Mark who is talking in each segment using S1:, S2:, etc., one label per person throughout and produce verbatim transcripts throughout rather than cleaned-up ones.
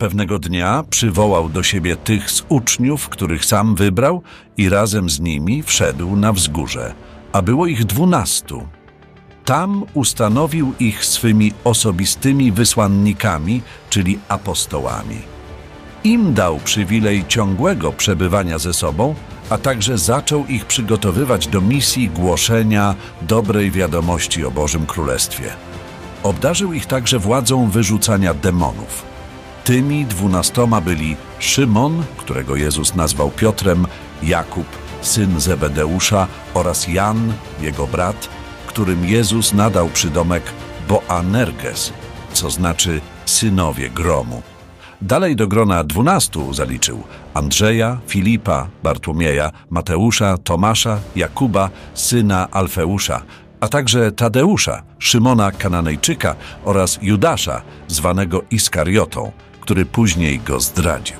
S1: Pewnego dnia przywołał do siebie tych z uczniów, których sam wybrał, i razem z nimi wszedł na wzgórze, a było ich dwunastu. Tam ustanowił ich swymi osobistymi wysłannikami, czyli apostołami. Im dał przywilej ciągłego przebywania ze sobą, a także zaczął ich przygotowywać do misji głoszenia dobrej wiadomości o Bożym Królestwie. Obdarzył ich także władzą wyrzucania demonów. Tymi dwunastoma byli Szymon, którego Jezus nazwał Piotrem, Jakub, syn Zebedeusza, oraz Jan, jego brat, którym Jezus nadał przydomek Boanerges, co znaczy synowie gromu. Dalej do grona dwunastu zaliczył Andrzeja, Filipa, Bartłomieja, Mateusza, Tomasza, Jakuba, syna Alfeusza, a także Tadeusza, Szymona Kananejczyka oraz Judasza, zwanego Iskariotą, który później go zdradził.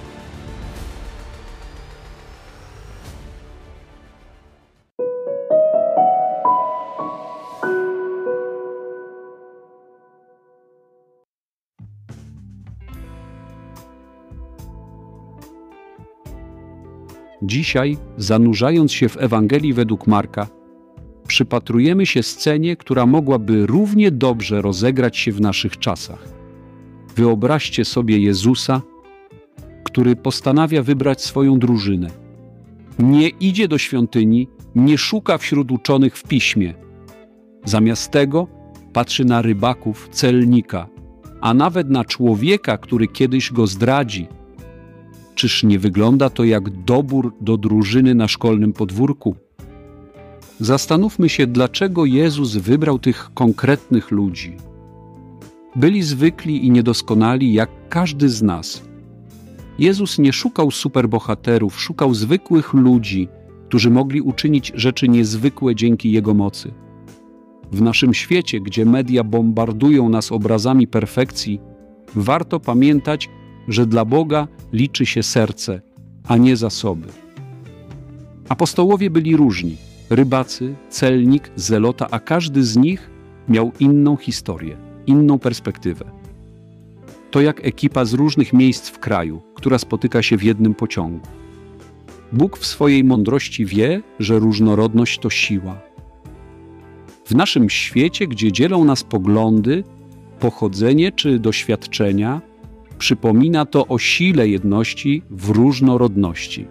S2: Dzisiaj, zanurzając się w Ewangelii według Marka, przypatrujemy się scenie, która mogłaby równie dobrze rozegrać się w naszych czasach. Wyobraźcie sobie Jezusa, który postanawia wybrać swoją drużynę. Nie idzie do świątyni, nie szuka wśród uczonych w piśmie. Zamiast tego patrzy na rybaków, celnika, a nawet na człowieka, który kiedyś go zdradzi. Czyż nie wygląda to jak dobór do drużyny na szkolnym podwórku? Zastanówmy się, dlaczego Jezus wybrał tych konkretnych ludzi. Byli zwykli i niedoskonali jak każdy z nas. Jezus nie szukał superbohaterów, szukał zwykłych ludzi, którzy mogli uczynić rzeczy niezwykłe dzięki Jego mocy. W naszym świecie, gdzie media bombardują nas obrazami perfekcji, warto pamiętać, że dla Boga liczy się serce, a nie zasoby. Apostołowie byli różni. Rybacy, celnik, zelota, a każdy z nich miał inną historię, inną perspektywę. To jak ekipa z różnych miejsc w kraju, która spotyka się w jednym pociągu. Bóg w swojej mądrości wie, że różnorodność to siła. W naszym świecie, gdzie dzielą nas poglądy, pochodzenie czy doświadczenia, przypomina to o sile jedności w różnorodności.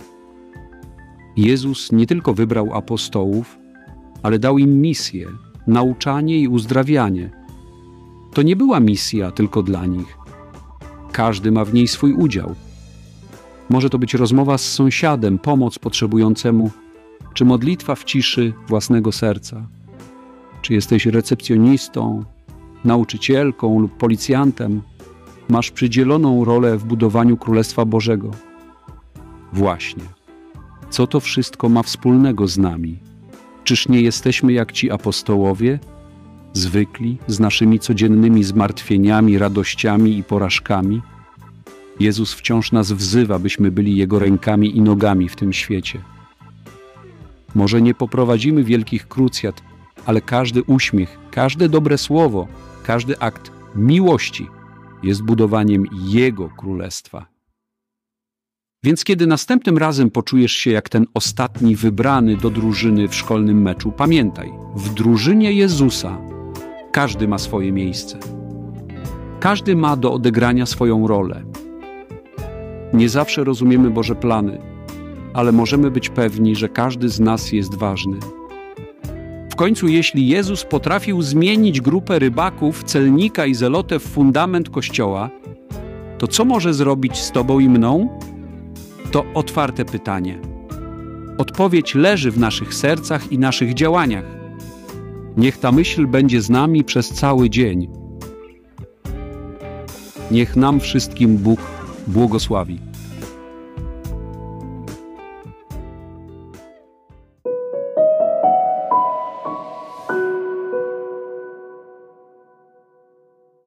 S2: Jezus nie tylko wybrał apostołów, ale dał im misję, nauczanie i uzdrawianie. To nie była misja tylko dla nich. Każdy ma w niej swój udział. Może to być rozmowa z sąsiadem, pomoc potrzebującemu, czy modlitwa w ciszy własnego serca. Czy jesteś recepcjonistą, nauczycielką lub policjantem, masz przydzieloną rolę w budowaniu Królestwa Bożego. Właśnie. Co to wszystko ma wspólnego z nami? Czyż nie jesteśmy jak ci apostołowie, zwykli, z naszymi codziennymi zmartwieniami, radościami i porażkami? Jezus wciąż nas wzywa, byśmy byli Jego rękami i nogami w tym świecie. Może nie poprowadzimy wielkich krucjat, ale każdy uśmiech, każde dobre słowo, każdy akt miłości jest budowaniem Jego Królestwa. Więc kiedy następnym razem poczujesz się jak ten ostatni wybrany do drużyny w szkolnym meczu, pamiętaj, w drużynie Jezusa każdy ma swoje miejsce. Każdy ma do odegrania swoją rolę. Nie zawsze rozumiemy Boże plany, ale możemy być pewni, że każdy z nas jest ważny. W końcu, jeśli Jezus potrafił zmienić grupę rybaków, celnika i zelotę w fundament Kościoła, to co może zrobić z Tobą i mną? To otwarte pytanie. Odpowiedź leży w naszych sercach i naszych działaniach. Niech ta myśl będzie z nami przez cały dzień. Niech nam wszystkim Bóg błogosławi.